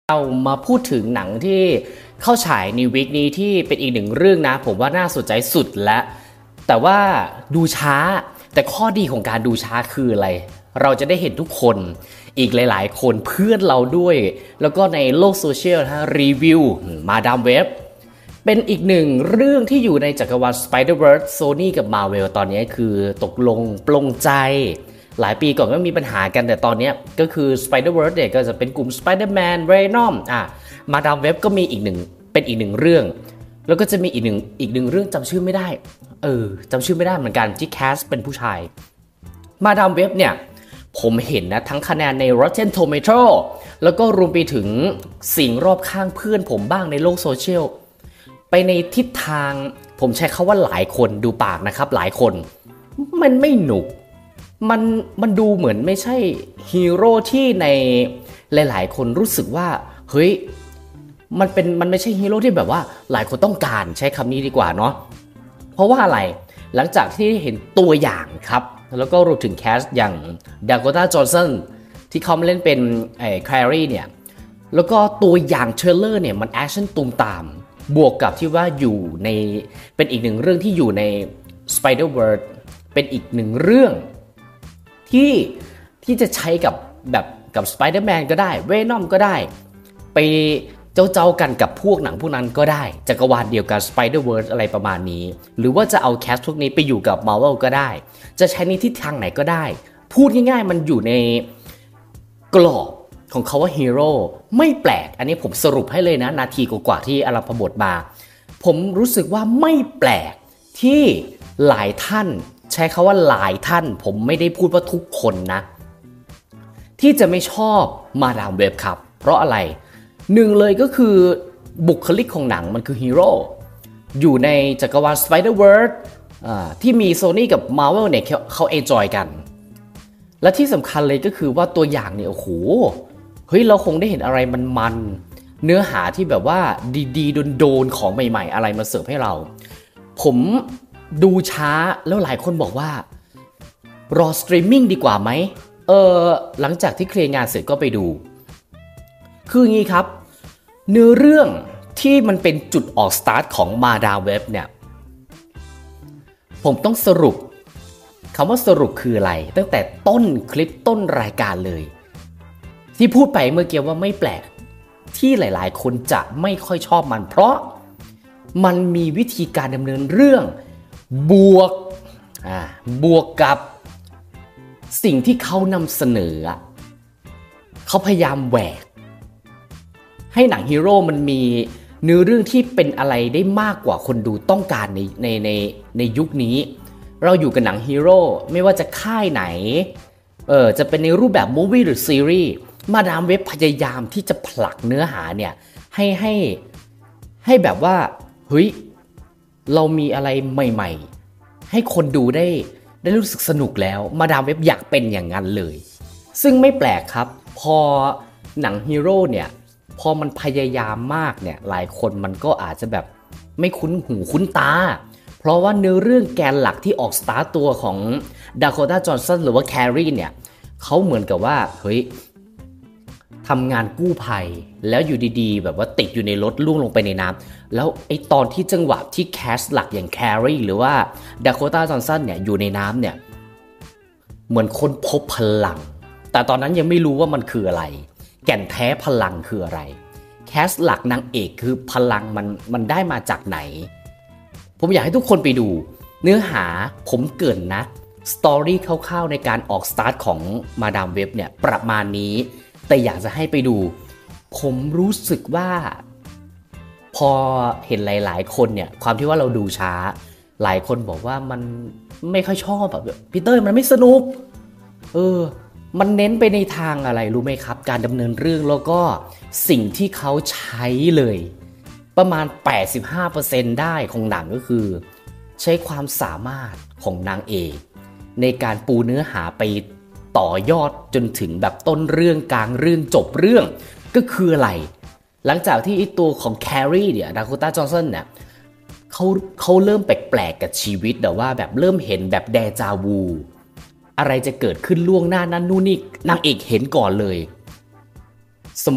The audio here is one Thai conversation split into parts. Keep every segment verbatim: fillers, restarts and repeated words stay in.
เรามาพูดถึงหนังที่เข้าฉายในวีคนี้ที่เป็นอีกหนึ่งเรื่องนะผมว่าน่าสนใจสุดและแต่ว่าดูช้าแต่ข้อดีของการดูช้าคืออะไรเราจะได้เห็นทุกคนอีกหลายๆคนเพื่อนเราด้วยแล้วก็ในโลกโซเชียลนะรีวิวมาดามเว็บเป็นอีกหนึ่งเรื่องที่อยู่ในจักรวาล Spider-Verse Sony กับ Marvel ตอนนี้คือตกลงปลงใจหลายปีก่อนก็มีปัญหากันแต่ตอนนี้ก็คือ Spider-Verse เนี่ยก็จะเป็นกลุ่ม Spider-Man Venom อ่ะมาดามเว็บก็มีอีกหนึ่งเป็นอีกหนึ่งเรื่องแล้วก็จะมีอีกหนึ่งอีกหนึ่งเรื่องจำชื่อไม่ได้เออจำชื่อไม่ได้เหมือนกันที่แคสเป็นผู้ชายมาดามเว็บเนี่ยผมเห็นนะทั้งคะแนนใน Rotten Tomato แล้วก็รวมไปถึงสิ่งรอบข้างเพื่อนผมบ้างในโลกโซเชียลไปในทิศทางผมใช้คำว่าหลายคนดูปากนะครับหลายคนมันไม่หนุกมันมันดูเหมือนไม่ใช่ฮีโร่ที่ในหลายๆคนรู้สึกว่าเฮ้ยมันเป็นมันไม่ใช่ฮีโร่ที่แบบว่าหลายคนต้องการใช้คำนี้ดีกว่าเนาะเพราะว่าอะไรหลังจากที่เห็นตัวอย่างครับแล้วก็รวมถึงแคสอย่างดาโกต้าจอห์นสันที่เขามาเล่นเป็นไอ้แคลรี่เนี่ยแล้วก็ตัวอย่างเทรลเลอร์เนี่ยมันแอคชั่นตูมตามบวกกับที่ว่าอยู่ในเป็นอีกหนึ่งเรื่องที่อยู่ใน Spider-Verse เป็นอีกหนึ่งเรื่องที่ที่จะใช้กับแบบกับ Spider-Man ก็ได้ Venom ก็ได้ไปเจ้าๆกันกับพวกหนังพวกนั้นก็ได้จักรวาลเดียวกัน Spider-Verse อะไรประมาณนี้หรือว่าจะเอาแคสพวกนี้ไปอยู่กับ Marvel ก็ได้จะใช้ในทิศทางไหนก็ได้พูดง่ายๆมันอยู่ในกรอบของเขาว่าฮีโร่ไม่แปลกอันนี้ผมสรุปให้เลยนะนาทีกว่าๆที่อลัมพบทมาผมรู้สึกว่าไม่แปลกที่หลายท่านใช้คำว่าหลายท่านผมไม่ได้พูดว่าทุกคนนะที่จะไม่ชอบมาดามเว็บครับเพราะอะไรหนึ่งเลยก็คือบุคลิกของหนังมันคือฮีโร่อยู่ในจักรวาล Spider-Verse ที่มี Sony กับ Marvel เนี่ยเขาเอนจอยกันและที่สำคัญเลยก็คือว่าตัวอย่างเนี่ยโอ้โหเฮ้ยเราคงได้เห็นอะไรมันๆเนื้อหาที่แบบว่าดีๆโดนๆของใหม่ๆอะไรมาเสิร์ฟให้เราผมดูช้าแล้วหลายคนบอกว่ารอสตรีมมิ่งดีกว่าไหมเออหลังจากที่เคลียร์งานเสร็จก็ไปดูคืออย่างนี้ครับเนื้อเรื่องที่มันเป็นจุดออกสตาร์ทของมาดามเว็บเนี่ยผมต้องสรุปคำว่าสรุปคืออะไรตั้งแต่ต้นคลิปต้นรายการเลยที่พูดไปเมื่อกี้ว่าไม่แปลกที่หลายๆคนจะไม่ค่อยชอบมันเพราะมันมีวิธีการดำเนินเรื่องบวกอ่าบวกกับสิ่งที่เขานำเสนอเขาพยายามแหวกให้หนังฮีโร่มันมีเนื้อเรื่องที่เป็นอะไรได้มากกว่าคนดูต้องการในในในในยุคนี้เราอยู่กับหนังฮีโร่ไม่ว่าจะค่ายไหนเออจะเป็นในรูปแบบมูฟวี่หรือซีรีส์มาดามเว็บพยายามที่จะผลักเนื้อหาเนี่ยให้ให้ให้แบบว่าเฮ้ยเรามีอะไรใหม่ๆให้คนดูได้ได้รู้สึกสนุกแล้วมาดามเว็บอยากเป็นอย่างนั้นเลยซึ่งไม่แปลกครับพอหนังฮีโร่เนี่ยพอมันพยายามมากเนี่ยหลายคนมันก็อาจจะแบบไม่คุ้นหูคุ้นตาเพราะว่าเนื้อเรื่องแกนหลักที่ออกสตาร์ตตัวของดาโคต้าจอห์นสันหรือว่าแครีเนี่ยเขาเหมือนกับว่าเฮ้ยทำงานกู้ภัยแล้วอยู่ดีๆแบบว่าติดอยู่ในรถล่วงลงไปในน้ำแล้วไอ้ตอนที่จังหวะที่แคสหลักอย่างแครีหรือว่าดาโคต้าจอห์นสันเนี่ยอยู่ในน้ำเนี่ยเหมือนคนพบพลังแต่ตอนนั้นยังไม่รู้ว่ามันคืออะไรแก่นแท้พลังคืออะไรแคสหลักนางเอกคือพลังมันมันได้มาจากไหนผมอยากให้ทุกคนไปดูเนื้อหาผมเกริ่นนะสตอรี่คร่าวๆในการออกสตาร์ทของมาดามเว็บเนี่ยประมาณนี้แต่อยากจะให้ไปดูผมรู้สึกว่าพอเห็นหลายๆคนเนี่ยความที่ว่าเราดูช้าหลายคนบอกว่ามันไม่ค่อยชอบแบบพีเตอร์มันไม่สนุกเออมันเน้นไปในทางอะไรรู้ไหมครับการดำเนินเรื่องแล้วก็สิ่งที่เขาใช้เลยประมาณ แปดสิบห้าเปอร์เซ็นต์ ได้ของหนังก็คือใช้ความสามารถของนางเอกในการปูเนื้อหาไปต่อยอดจนถึงแบบต้นเรื่องกลางเรื่องจบเรื่องก็คืออะไรหลังจากที่ไอ้ตัวของแครีเนี่ยดาโคต้าจอห์นสันเนี่ยเขาเขาเริ่มแปลกๆกับชีวิตแต่ว่าแบบเริ่มเห็นแบบเดจาวูอะไรจะเกิดขึ้นล่วงหน้านั่นนู่นนี่นางเอกเห็นก่อนเลยสมมติ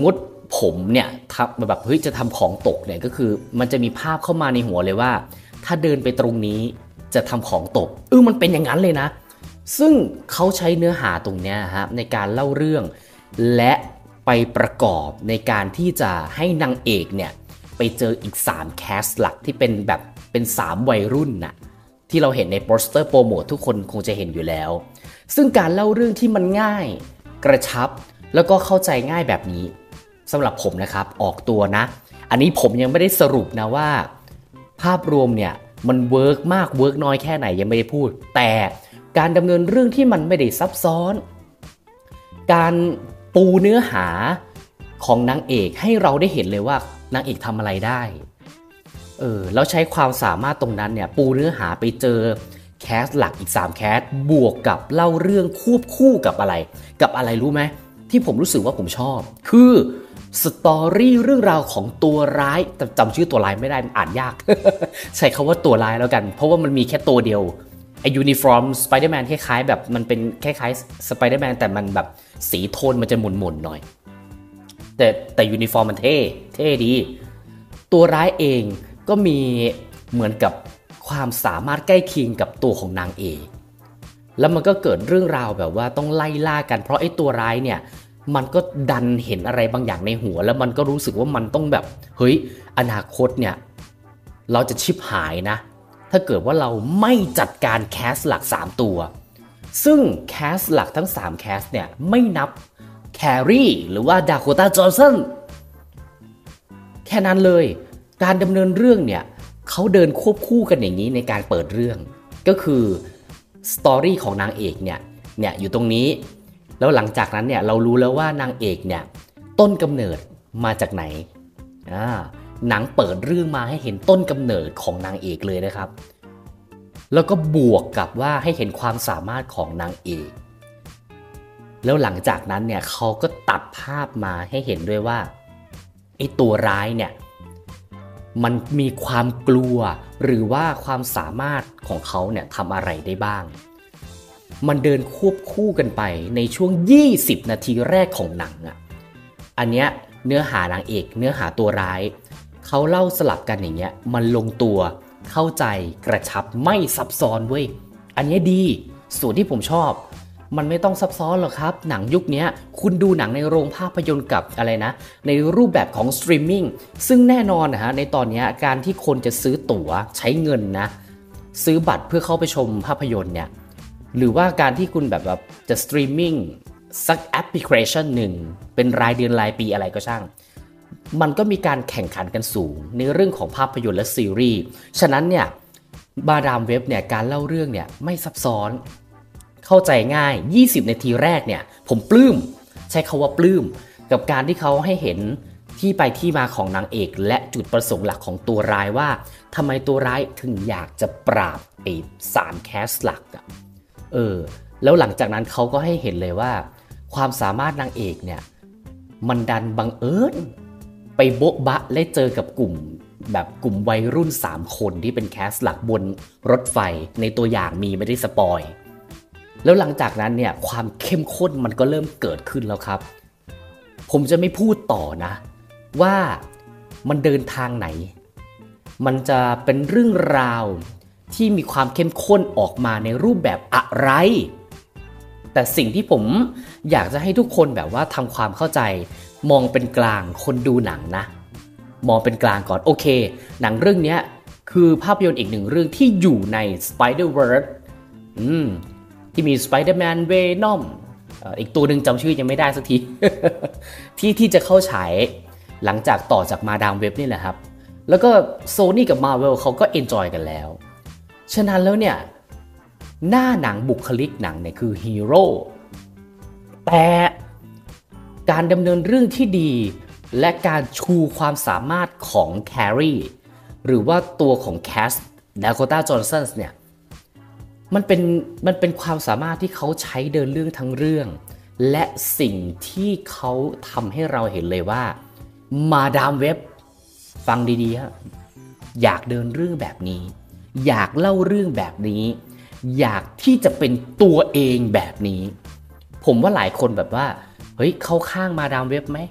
ผมเนี่ยทำแบบเฮ้ยจะทำของตกเนี่ยก็คือมันจะมีภาพเข้ามาในหัวเลยว่าถ้าเดินไปตรงนี้จะทำของตกเออมันเป็นอย่างนั้นเลยนะซึ่งเขาใช้เนื้อหาตรงเนี้ยฮะในการเล่าเรื่องและไปประกอบในการที่จะให้นางเอกเนี่ยไปเจออีกสามแคสหลักที่เป็นแบบเป็นสามวัยรุ่นน่ะที่เราเห็นในโปสเตอร์โปรโมททุกคนคงจะเห็นอยู่แล้วซึ่งการเล่าเรื่องที่มันง่ายกระชับแล้วก็เข้าใจง่ายแบบนี้สำหรับผมนะครับออกตัวนะอันนี้ผมยังไม่ได้สรุปนะว่าภาพรวมเนี่ยมันเวิร์กมากเวิร์กน้อยแค่ไหนยังไม่ได้พูดแต่การดำเนินเรื่องที่มันไม่ได้ซับซ้อนการปูเนื้อหาของนางเอกให้เราได้เห็นเลยว่านางเอกทำอะไรได้เออแล้วใช้ความสามารถตรงนั้นเนี่ยปูเนื้อหาไปเจอแคสหลักอีกสามแคสบวกกับเล่าเรื่องควบคู่กับอะไรกับอะไรรู้ไหมที่ผมรู้สึกว่าผมชอบคือสตอรี่เรื่องราวของตัวร้ายจำชื่อตัวร้ายไม่ได้อ่านยาก ใช้คำว่าตัวร้ายแล้วกันเพราะว่ามันมีแค่ตัวเดียวไอยูนิฟอร์มสไปเดอร์แมนคล้ายๆแบบมันเป็นคล้ายๆสไปเดอร์แมนแต่มันแบบสีโทนมันจะหม่นๆหน่อยแต่แต่ยูนิฟอร์มมันเท่เท่ดีตัวร้ายเองก็มีเหมือนกับความสามารถใกล้เคียงกับตัวของนางเอกแล้วมันก็เกิดเรื่องราวแบบว่าต้องไล่ล่ากันเพราะไอ้ตัวร้ายเนี่ยมันก็ดันเห็นอะไรบางอย่างในหัวแล้วมันก็รู้สึกว่ามันต้องแบบเฮ้ยอนาคตเนี่ยเราจะชิบหายนะถ้าเกิดว่าเราไม่จัดการแคสหลักสามตัวซึ่งแคสหลักทั้งสามแคสเนี่ยไม่นับแครีหรือว่าดาโคตาจอห์นสันแค่นั้นเลยการดำเนินเรื่องเนี่ยเขาเดินควบคู่กันอย่างนี้ในการเปิดเรื่องก็คือสตอรี่ของนางเอกเนี่ยเนี่ยอยู่ตรงนี้แล้วหลังจากนั้นเนี่ยเรารู้แล้วว่านางเอกเนี่ยต้นกำเนิดมาจากไหนอ่าหนังเปิดเรื่องมาให้เห็นต้นกำเนิดของนางเอกเลยนะครับแล้วก็บวกกับว่าให้เห็นความสามารถของนางเอกแล้วหลังจากนั้นเนี่ยเขาก็ตัดภาพมาให้เห็นด้วยว่าไอ้ตัวร้ายเนี่ยมันมีความกลัวหรือว่าความสามารถของเขาเนี่ยทำอะไรได้บ้างมันเดินควบคู่กันไปในช่วงยี่สิบนาทีแรกของหนังอ่ะอันเนี้ยเนื้อหานางเอกเนื้อหาตัวร้ายเขาเล่าสลับกันอย่างเงี้ยมันลงตัวเข้าใจกระชับไม่ซับซ้อนเว้ยอันนี้ดีส่วนที่ผมชอบมันไม่ต้องซับซ้อนหรอกครับหนังยุคนี้คุณดูหนังในโรงภาพยนตร์กับอะไรนะในรูปแบบของสตรีมมิ่งซึ่งแน่นอนนะฮะในตอนนี้การที่คนจะซื้อตั๋วใช้เงินนะซื้อบัตรเพื่อเข้าไปชมภาพยนตร์เนี่ยหรือว่าการที่คุณแบบแบบจะสตรีมมิ่งสักแอปพลิเคชันหนึ่งเป็นรายเดือนรายปีอะไรก็ช่างมันก็มีการแข่งขันกันสูงในเรื่องของภาพยนตร์และซีรีส์ฉะนั้นเนี่ยบาดามเว็บเนี่ยการเล่าเรื่องเนี่ยไม่ซับซ้อนเข้าใจง่ายยี่สิบนาทีแรกเนี่ยผมปลื้มใช้คำว่าปลื้มกับการที่เขาให้เห็นที่ไปที่มาของนางเอกและจุดประสงค์หลักของตัวร้ายว่าทำไมตัวร้ายถึงอยากจะปราบไอ้สามแคสหลักอะเออแล้วหลังจากนั้นเขาก็ให้เห็นเลยว่าความสามารถนางเอกเนี่ยมันดันบังเอิญไปโบ๊ะบะและเจอกับกลุ่มแบบกลุ่มวัยรุ่นสามคนที่เป็นแคสหลักบนรถไฟในตัวอย่างมีไม่ได้สปอยแล้วหลังจากนั้นเนี่ยความเข้มข้นมันก็เริ่มเกิดขึ้นแล้วครับผมจะไม่พูดต่อนะว่ามันเดินทางไหนมันจะเป็นเรื่องราวที่มีความเข้มข้นออกมาในรูปแบบอะไรแต่สิ่งที่ผมอยากจะให้ทุกคนแบบว่าทำความเข้าใจมองเป็นกลางคนดูหนังนะมองเป็นกลางก่อนโอเคหนังเรื่องนี้คือภาพยนตร์อีกหนึ่งเรื่องที่อยู่ใน Spider-Verse อืมที่มี Spider-Man Venom อีกตัวหนึ่งจำชื่อยังไม่ได้สักที ที่ที่จะเข้าฉายหลังจากต่อจากมาดามเว็บนี่แหละครับแล้วก็ Sony กับ Marvel เขาก็ enjoy กันแล้วฉะนั้นแล้วเนี่ยหน้าหนังบุคลิกหนังเนี่ยคือฮีโร่แต่การดำเนินเรื่องที่ดีและการชูความสามารถของแครีหรือว่าตัวของแคสดาโคตาจอห์นสันเนี่ยมันเป็นมันเป็นความสามารถที่เขาใช้เดินเรื่องทั้งเรื่องและสิ่งที่เขาทำให้เราเห็นเลยว่ามาดามเว็บฟังดีๆฮะอยากเดินเรื่องแบบนี้อยากเล่าเรื่องแบบนี้อยากที่จะเป็นตัวเองแบบนี้ผมว่าหลายคนแบบว่าเฮ้ยเข้าข้างมาดามเว็บไหมช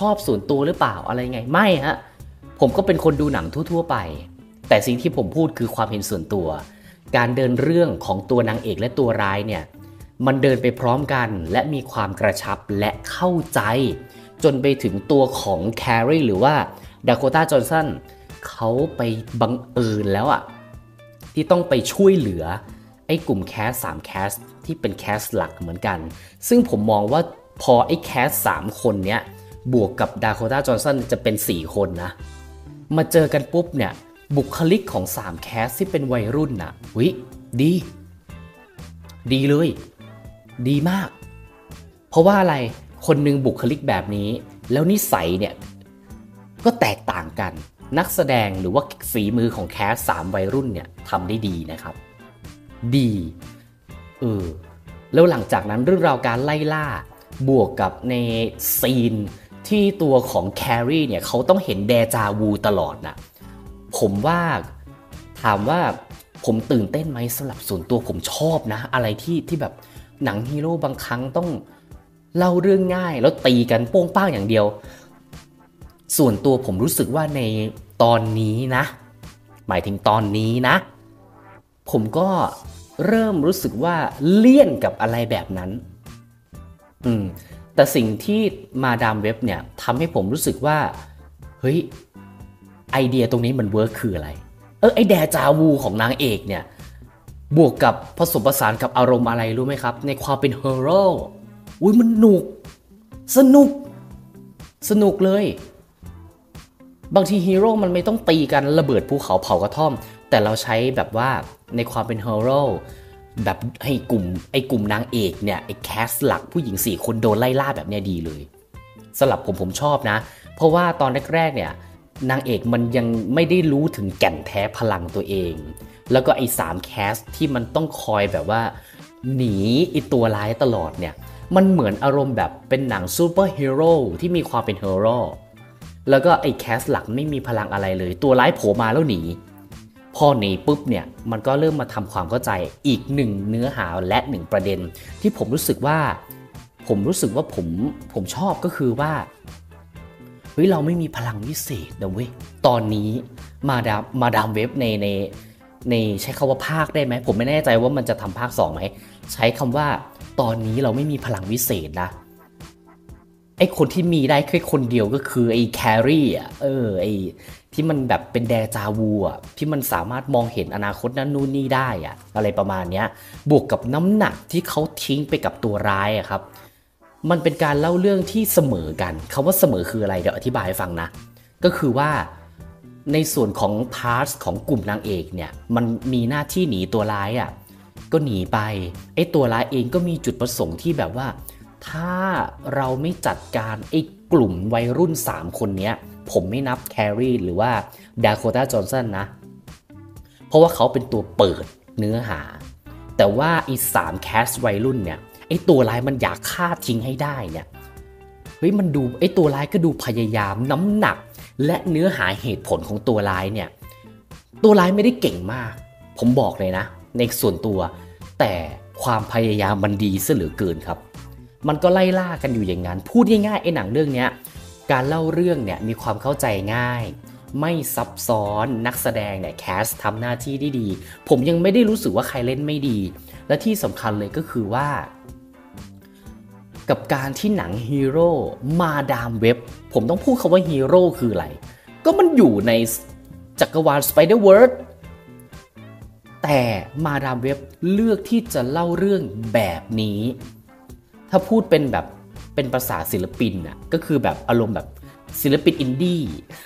อบส่วนตัวหรือเปล่าอะไรไงไม่ฮะผมก็เป็นคนดูหนังทั่วๆไปแต่สิ่งที่ผมพูดคือความเห็นส่วนตัวการเดินเรื่องของตัวนางเอกและตัวร้ายเนี่ยมันเดินไปพร้อมกันและมีความกระชับและเข้าใจจนไปถึงตัวของแคร์รีหรือว่าดาโคตาจอห์นสันเขาไปบังเอิญแล้วอะที่ต้องไปช่วยเหลือไอ้กลุ่มแคสสามแคสที่เป็นแคสหลักเหมือนกันซึ่งผมมองว่าพอไอ้แคสสามคนเนี้ยบวกกับดาโคตาจอห์นสันจะเป็นสี่คนนะมาเจอกันปุ๊บเนี่ยบุคลิกของสามแคสที่เป็นวัยรุ่นน่ะวิดีดีเลยดีมากเพราะว่าอะไรคนหนึ่งบุคลิกแบบนี้แล้วนิสัยเนี่ยก็แตกต่างกันนักแสดงหรือว่าฝีมือของแคสสามวัยรุ่นเนี่ยทำได้ดีนะครับดีเออแล้วหลังจากนั้นเรื่องราวการไล่ล่าบวกกับในซีนที่ตัวของแคร์รีเนี่ยเขาต้องเห็นเดจาวูตลอดนะผมว่าถามว่าผมตื่นเต้นไหมสำหรับส่วนตัวผมชอบนะอะไรที่ที่แบบหนังฮีโร่บางครั้งต้องเล่าเรื่องง่ายแล้วตีกันโป้งป้างอย่างเดียวส่วนตัวผมรู้สึกว่าในตอนนี้นะหมายถึงตอนนี้นะผมก็เริ่มรู้สึกว่าเลี่ยนกับอะไรแบบนั้นอืมแต่สิ่งที่มาดามเว็บเนี่ยทำให้ผมรู้สึกว่าเฮ้ยไอเดียตรงนี้มันเวิร์คคืออะไรเออไอเดจาวูของนางเอกเนี่ยบวกกับผสมผสานกับอารมณ์อะไรรู้ไหมครับในความเป็นฮีโร่อุ้ยมันหนุกสนุกสนุกเลยบางทีฮีโร่มันไม่ต้องตีกันระเบิดภูเขาเผากระท่อมแต่เราใช้แบบว่าในความเป็นฮีโร่แบบให้กลุ่มไอ้กลุ่มนางเอกเนี่ยไอ้แคสหลักผู้หญิงสี่คนโดนไล่ล่าแบบเนี้ยดีเลยสำหรับผมผมชอบนะเพราะว่าตอนแรกๆเนี่ยนางเอกมันยังไม่ได้รู้ถึงแก่นแท้พลังตัวเองแล้วก็ไอ้สามแคสที่มันต้องคอยแบบว่าหนีไอ้ตัวร้ายตลอดเนี่ยมันเหมือนอารมณ์แบบเป็นหนังซูเปอร์ฮีโร่ที่มีความเป็นฮีโร่แล้วก็ไอ้แคสหลักไม่มีพลังอะไรเลยตัวร้ายโผล่มาแล้วหนีพอหนีปุ๊บเนี่ยมันก็เริ่มมาทำความเข้าใจอีกหนึ่งเนื้อหาและหนึ่งประเด็นที่ผมรู้สึกว่าผมรู้สึกว่าผมผมชอบก็คือว่าเฮ้ยเราไม่มีพลังวิเศษนะเว้ยตอนนี้มาดามมาดามเว็บในในในใช้คำว่าภาคได้ไหมผมไม่แน่ใจว่ามันจะทำภาคสองไหมใช้คำว่าตอนนี้เราไม่มีพลังวิเศษนะไอ้คนที่มีได้แค่คนเดียวก็คือไอ้แครี่อ่ะเออไอ้ที่มันแบบเป็นเดจาวูอ่ะที่มันสามารถมองเห็นอนาคตนั้นนู่นนี่ได้อ่ะอะไรประมาณเนี้ยบวกกับน้ำหนักที่เขาทิ้งไปกับตัวร้ายอ่ะครับมันเป็นการเล่าเรื่องที่เสมอกันคำว่าเสมอคืออะไรเดี๋ยวอธิบายให้ฟังนะก็คือว่าในส่วนของพาร์ทของกลุ่มนางเอกเนี่ยมันมีหน้าที่หนีตัวร้ายอ่ะก็หนีไปไอ้ตัวร้ายเองก็มีจุดประสงค์ที่แบบว่าถ้าเราไม่จัดการไอ้กลุ่มวัยรุ่นสามคนเนี้ยผมไม่นับแคร์รีหรือว่าดาโคตาจอห์นสันนะเพราะว่าเขาเป็นตัวเปิดเนื้อหาแต่ว่าไอ้สามแคสวัยรุ่นเนี่ยไอ้ตัวร้ายมันอยากฆ่าทิ้งให้ได้เนี่ยเฮ้ยมันดูไอ้ตัวร้ายก็ดูพยายามน้ำหนักและเนื้อหาเหตุผลของตัวร้ายเนี่ยตัวร้ายไม่ได้เก่งมากผมบอกเลยนะในส่วนตัวแต่ความพยายามมันดีซะเหลือเกินครับมันก็ไล่ล่ากันอยู่อย่างนั้นพูดง่ายๆไอ้หนังเรื่องนี้การเล่าเรื่องเนี่ยมีความเข้าใจง่ายไม่ซับซ้อนนักแสดงเนี่ยแคสทำหน้าที่ได้ดีผมยังไม่ได้รู้สึกว่าใครเล่นไม่ดีและที่สำคัญเลยก็คือว่ากับการที่หนังฮีโร่มาดามเว็บผมต้องพูดคำว่าฮีโร่คืออะไรก็มันอยู่ในจักรวาล Spider-Verse แต่มาดามเว็บเลือกที่จะเล่าเรื่องแบบนี้ถ้าพูดเป็นแบบเป็นภาษาศิลปินน่ะก็คือแบบอารมณ์แบบศิลปินอินดี้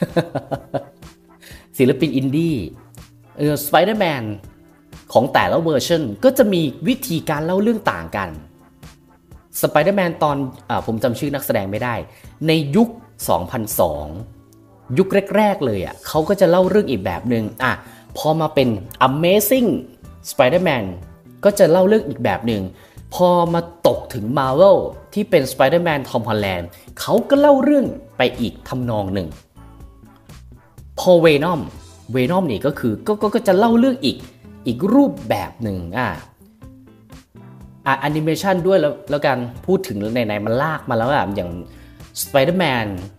ศิลปินอินดี้เออสไปเดอร์แมนของแต่ละเวอร์ชันก็จะมีวิธีการเล่าเรื่องต่างกันสไปเดอร์แมนตอนอ่าผมจำชื่อนักแสดงไม่ได้ในยุคสองพันสองยุคแรกๆเลยอ่ะเขาก็จะเล่าเรื่องอีกแบบนึงอ่ะพอมาเป็น Amazing Spider-Man ก็จะเล่าเรื่องอีกแบบนึงพอมาตกถึง Marvel ที่เป็น Spider-Man Tom Holland เขาก็เล่าเรื่องไปอีกทำนองหนึ่งพอ Venom Venom นี่ก็คือก็ก็ก็จะเล่าเรื่องอีกอีกรูปแบบหนึ่งอ่ะอ่ะแอนิเมชันด้วยแล้วแล้วกันพูดถึงในๆมันลากมาแล้วอ่ะอย่าง Spider-Man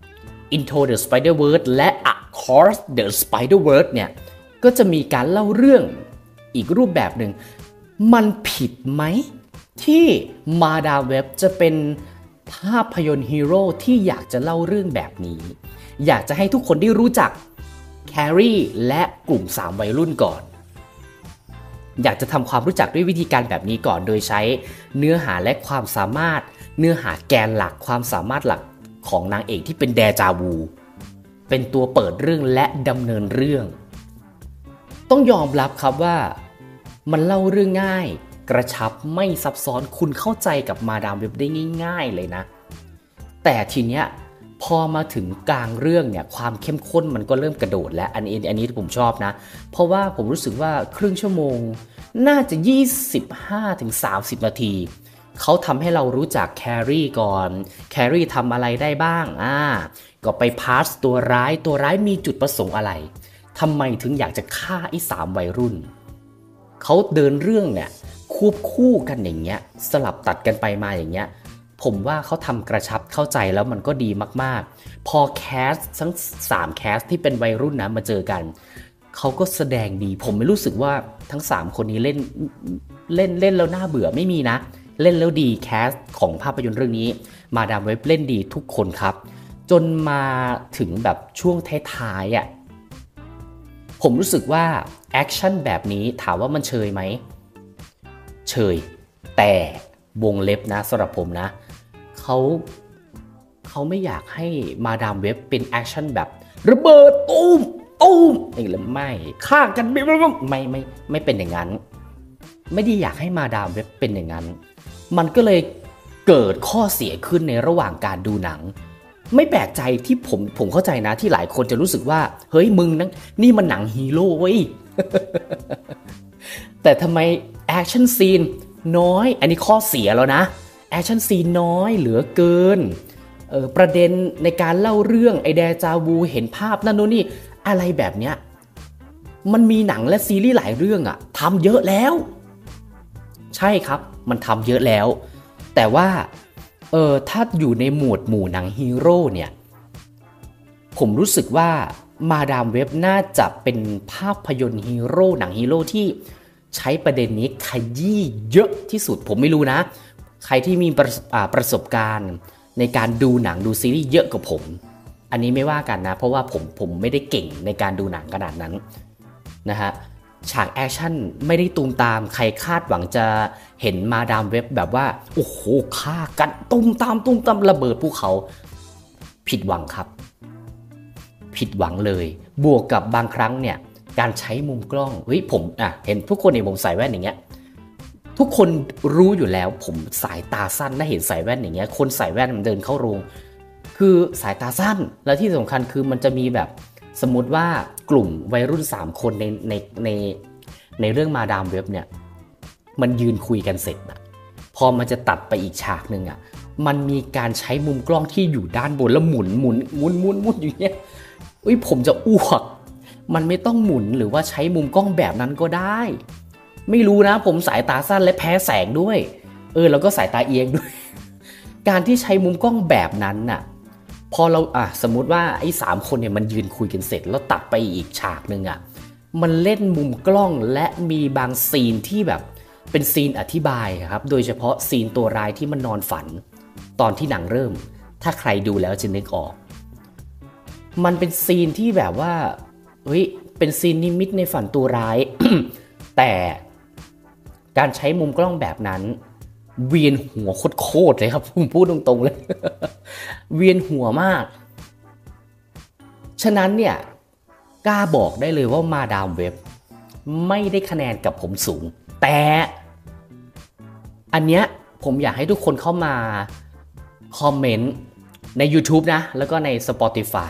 Into the Spider-Verse และ Across the Spider-Verse เนี่ยก็จะมีการเล่าเรื่องอีกรูปแบบหนึ่งมันผิดไหมที่มาดามเว็บจะเป็นภาพยนตร์ฮีโร่ที่อยากจะเล่าเรื่องแบบนี้อยากจะให้ทุกคนได้รู้จักแครี่และกลุ่มสามวัยรุ่นก่อนอยากจะทำความรู้จักด้วยวิธีการแบบนี้ก่อนโดยใช้เนื้อหาและความสามารถเนื้อหาแกนหลักความสามารถหลักของนางเอกที่เป็นเดจาวูเป็นตัวเปิดเรื่องและดำเนินเรื่องต้องยอมรับครับว่ามันเล่าเรื่องง่ายกระชับไม่ซับซ้อนคุณเข้าใจกับมาดามเว็บได้ง่ายๆเลยนะแต่ทีเนี้ยพอมาถึงกลางเรื่องเนี่ยความเข้มข้นมันก็เริ่มกระโดดแล้วอันนี้อันนี้ผมชอบนะเพราะว่าผมรู้สึกว่าครึ่งชั่วโมงน่าจะ ยี่สิบห้าถึงสามสิบ นาทีเขาทำให้เรารู้จักแครี่ก่อนแครี่ทำอะไรได้บ้างอ่าก็ไปพาสตัวร้ายตัวร้ายมีจุดประสงค์อะไรทำไมถึงอยากจะฆ่าไอ้สามวัยรุ่นเขาเดินเรื่องเนี่ยควบคู่กันอย่างเงี้ยสลับตัดกันไปมาอย่างเงี้ยผมว่าเขาทำกระชับเข้าใจแล้วมันก็ดีมากๆพอแคสทั้งสามแคสที่เป็นวัยรุ่นนะมาเจอกันเขาก็แสดงดีผมไม่รู้สึกว่าทั้งสามคนนี้เล่นเล่นเล่นแล้วน่าเบื่อไม่มีนะเล่นแล้วดีแคสของภาพยนตร์เรื่องนี้มาดามเว็บเล่นดีทุกคนครับจนมาถึงแบบช่วงท้ายๆอ่ะผมรู้สึกว่าแอคชั่นแบบนี้ถามว่ามันเชยไหมเชยแต่วงเล็บนะสำหรับผมนะเขาเขาไม่อยากให้มาดามเว็บเป็นแอคชั่นแบบระเบิดตุ้มตุ้มอย่างไรไม่ฆ่ากันไม่ไม่ไม่ไม่เป็นอย่างนั้นไม่ได้อยากให้มาดามเว็บเป็นอย่างนั้นมันก็เลยเกิดข้อเสียขึ้นในระหว่างการดูหนังไม่แปลกใจที่ผมผมเข้าใจนะที่หลายคนจะรู้สึกว่าเฮ้ยมึงนะนี่มันหนังฮีโร่เว้ย แต่ทำไมแอคชั่นซีนน้อยอันนี้ข้อเสียแล้วนะแอคชั่นซีนน้อยเหลือเกินเออประเด็นในการเล่าเรื่องไอเดจาวูเห็นภาพนั่นโน่นนี่อะไรแบบเนี้ยมันมีหนังและซีรีส์หลายเรื่องอะทำเยอะแล้วใช่ครับมันทำเยอะแล้วแต่ว่าเออถ้าอยู่ในหมวดหมู่หนังฮีโร่เนี่ยผมรู้สึกว่ามาดามเว็บน่าจะเป็นภาพยนตร์ฮีโร่หนังฮีโร่ที่ใช้ประเด็นนี้ขยี้เยอะที่สุดผมไม่รู้นะใครที่มีประประสบการณ์ในการดูหนังดูซีรีส์เยอะกว่าผมอันนี้ไม่ว่ากันนะเพราะว่าผมผมไม่ได้เก่งในการดูหนังขนาดนั้นนะฮะฉากแอคชั่นไม่ได้ตูมตามใครคาดหวังจะเห็นมาดามเว็บแบบว่าโอ้โหฆ่ากันตุ้มตามตุ้มตามระเบิดภูเขาผิดหวังครับผิดหวังเลยบวกกับบางครั้งเนี่ยการใช้มุมกล้องเฮ้ยผมอ่ะเห็นทุกคนเนี่ยผมใส่แว่นอย่างเงี้ยทุกคนรู้อยู่แล้วผมสายตาสั้นถ้าเห็นใส่แว่นอย่างเงี้ยคนใส่แว่นมันเดินเข้าโรงคือสายตาสั้นและที่สำคัญคือมันจะมีแบบสมมติว่ากลุ่มวัยรุ่นสามคนในในในในเรื่องมาดามเว็บเนี่ยมันยืนคุยกันเสร็จนะพอมันจะตัดไปอีกฉากนึงอ่ะมันมีการใช้มุมกล้องที่อยู่ด้านบนแล้วหมุนหมุนหมุนหมุนหมุนอยู่เนี้ยอุ้ยผมจะอ้วกมันไม่ต้องหมุนหรือว่าใช้มุมกล้องแบบนั้นก็ได้ไม่รู้นะผมสายตาสั้นและแพ้แสงด้วยเออแล้วก็สายตาเอียงด้วยการที่ใช้มุมกล้องแบบนั้นน่ะพอเราอ่ะสมมุติว่าไอ้สามคนเนี่ยมันยืนคุยกันเสร็จแล้วตัดไปอีกฉากนึงอ่ะมันเล่นมุมกล้องและมีบางซีนที่แบบเป็นซีนอธิบายครับโดยเฉพาะซีนตัวร้ายที่มันนอนฝันตอนที่หนังเริ่มถ้าใครดูแล้วจะนึกออกมันเป็นซีนที่แบบว่าเฮ้ยเป็นซีนนิมิตในฝันตัวร้าย แต่การใช้มุมกล้องแบบนั้นเวียนหัวโคตรๆเลยครับผมพูดตรงๆเลย เวียนหัวมากฉะนั้นเนี่ยกล้าบอกได้เลยว่ามาดามเว็บไม่ได้คะแนนกับผมสูงแต่อันเนี้ยผมอยากให้ทุกคนเข้ามาคอมเมนต์ใน YouTube นะแล้วก็ใน Spotify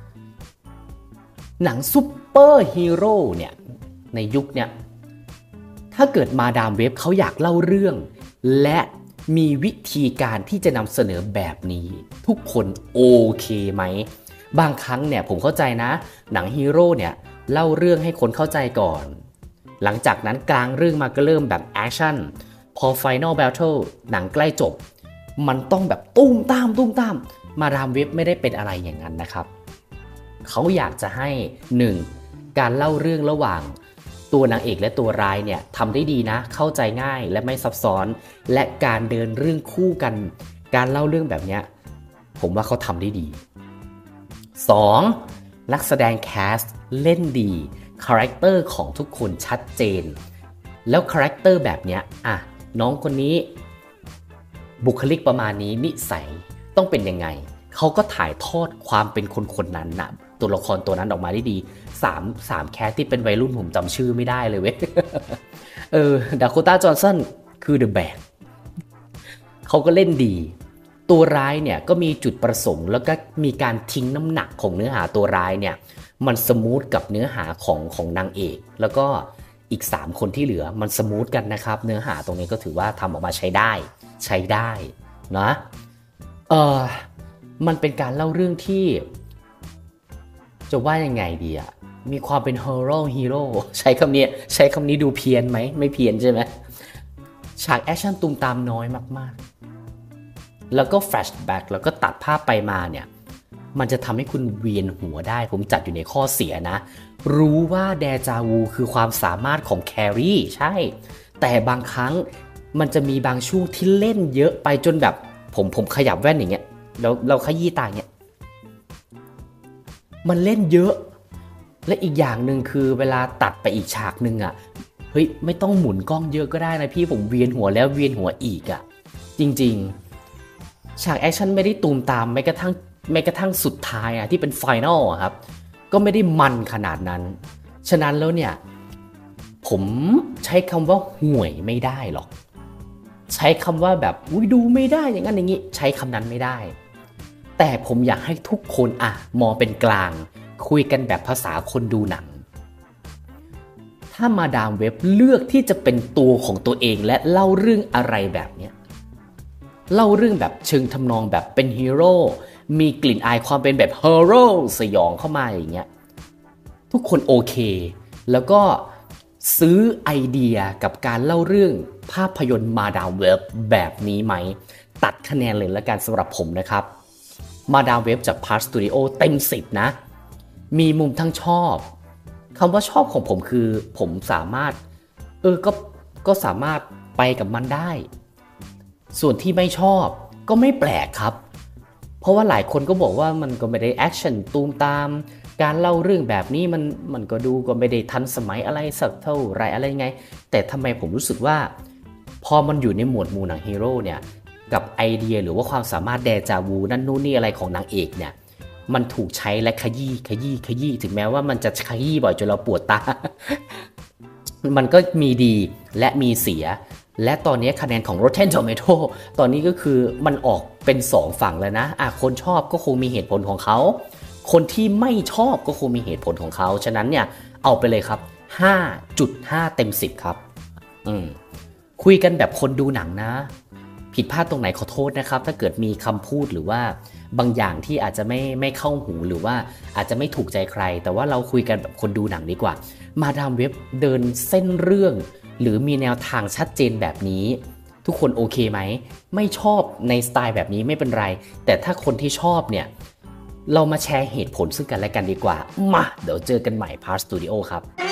หนังซุปเปอร์ฮีโร่เนี่ยในยุคเนี้ยถ้าเกิดมาดามเว็บเขาอยากเล่าเรื่องและมีวิธีการที่จะนำเสนอแบบนี้ทุกคนโอเคไหมบางครั้งเนี่ยผมเข้าใจนะหนังฮีโร่เนี่ยเล่าเรื่องให้คนเข้าใจก่อนหลังจากนั้นกลางเรื่องมาก็เริ่มแบบแอคชั่นพอ Final Battle หนังใกล้จบมันต้องแบบตุ้มตามตุ้มตามมาดามเว็บไม่ได้เป็นอะไรอย่างนั้นนะครับเขาอยากจะให้หนึ่งการเล่าเรื่องระหว่างตัวนางเอกและตัวร้ายเนี่ยทำได้ดีนะเข้าใจง่ายและไม่ซับซ้อนและการเดินเรื่องคู่กันการเล่าเรื่องแบบเนี้ยผมว่าเขาทำได้ดี สอง. นักแสดงแคสเล่นดีคาแรคเตอร์ของทุกคนชัดเจนแล้วคาแรคเตอร์แบบเนี้ยอ่ะน้องคนนี้บุคลิกประมาณนี้นิสัยต้องเป็นยังไงเขาก็ถ่ายทอดความเป็นคนคนนั้นนะตัวละครตัวนั้นออกมาได้ดีสามสามแคสที่เป็นวัยรุ่นผมจำชื่อไม่ได้เลยเว้ย เออดาโคต้าจอห์นสันคือเดอะแบกเขาก็เล่นดีตัวร้ายเนี่ยก็มีจุดประสงค์แล้วก็มีการทิ้งน้ำหนักของเนื้อหาตัวร้ายเนี่ยมันสมูทกับเนื้อหาของของนางเอกแล้วก็อีกสามคนที่เหลือมันสมูทกันนะครับเนื้อหาตรงนี้ก็ถือว่าทำออกมาใช้ได้ใช้ได้นะเออมันเป็นการเล่าเรื่องที่จะว่ายังไงดีอะมีความเป็นฮีโร่ฮีโร่ใช้คำนี้ใช้คำนี้ดูเพี้ยนไหมไม่เพี้ยนใช่ไหมฉากแอคชั่นตูมตามน้อยมากๆแล้วก็แฟลชแบ็กแล้วก็ตัดภาพไปมาเนี่ยมันจะทำให้คุณเวียนหัวได้ผมจัดอยู่ในข้อเสียนะรู้ว่าเดจาวูคือความสามารถของแครี่ใช่แต่บางครั้งมันจะมีบางช่วงที่เล่นเยอะไปจนแบบผมผมขยับแว่นอย่างเงี้ยแล้วเราขยี้ตาเงี้ยมันเล่นเยอะและอีกอย่างหนึ่งคือเวลาตัดไปอีกฉากหนึ่งอ่ะเฮ้ยไม่ต้องหมุนกล้องเยอะก็ได้นะพี่ผมเวียนหัวแล้วเวียนหัวอีกอ่ะจริงๆฉากแอคชั่นไม่ได้ตูมตามแม้กระทั่งแม้กระทั่งสุดท้ายอ่ะที่เป็นไฟนอลอ่ะครับก็ไม่ได้มันขนาดนั้นฉะนั้นแล้วเนี่ยผมใช้คำว่าห่วยไม่ได้หรอกใช้คำว่าแบบอุ้ยดูไม่ได้อย่างนั้นอย่างนี้ใช้คำนั้นไม่ได้แต่ผมอยากให้ทุกคนอ่ะมองเป็นกลางคุยกันแบบภาษาคนดูหนังถ้ามาดามเว็บเลือกที่จะเป็นตัวของตัวเองและเล่าเรื่องอะไรแบบเนี้ยเล่าเรื่องแบบเชิงทำนองแบบเป็นฮีโร่มีกลิ่นอายความเป็นแบบฮีโร่สยองเข้ามาอย่างเงี้ยทุกคนโอเคแล้วก็ซื้อไอเดียกับการเล่าเรื่องภาพยนตร์มาดามเว็บแบบนี้ไหมตัดคะแนนเลยละกันสำหรับผมนะครับมาดามเว็บจากพาร์ทสตูดิโอเต็มสิบนะมีมุมทั้งชอบคำว่าชอบของผมคือผมสามารถเออก็ก็สามารถไปกับมันได้ส่วนที่ไม่ชอบก็ไม่แปลกครับเพราะว่าหลายคนก็บอกว่ามันก็ไม่ได้แอคชั่นตูมตามการเล่าเรื่องแบบนี้มันมันก็ดูก็ไม่ได้ทันสมัยอะไรสักเท่าไรอะไรไงแต่ทำไมผมรู้สึกว่าพอมันอยู่ในหมวดหมู่หนังฮีโร่เนี่ยกับไอเดียหรือว่าความสามารถเดจาวูนั่นนู่นนี่อะไรของนางเอกเนี่ยมันถูกใช้และขยี้ขยี้ขยี้ถึงแม้ว่ามันจะขยี้บ่อยจนเราปวดตา มันก็มีดีและมีเสียและตอนนี้คะแนนของ Rotten Tomato ตอนนี้ก็คือมันออกเป็นสองฝั่งแล้วนะอ่ะคนชอบก็คงมีเหตุผลของเขาคนที่ไม่ชอบก็คงมีเหตุผลของเขาฉะนั้นเนี่ยเอาไปเลยครับ ห้าจุดห้า เต็มสิบครับอืมคุยกันแบบคนดูหนังนะผิดพลาดตรงไหนขอโทษนะครับถ้าเกิดมีคำพูดหรือว่าบางอย่างที่อาจจะไม่ไม่เข้าหูหรือว่าอาจจะไม่ถูกใจใครแต่ว่าเราคุยกันแบบคนดูหนังดีกว่ามาดามเว็บเดินเส้นเรื่องหรือมีแนวทางชัดเจนแบบนี้ทุกคนโอเคไหมไม่ชอบในสไตล์แบบนี้ไม่เป็นไรแต่ถ้าคนที่ชอบเนี่ยเรามาแชร์เหตุผลซึ่งกันและกันดีกว่ามาเดี๋ยวเจอกันใหม่พาร์ทสตูดิโอครับ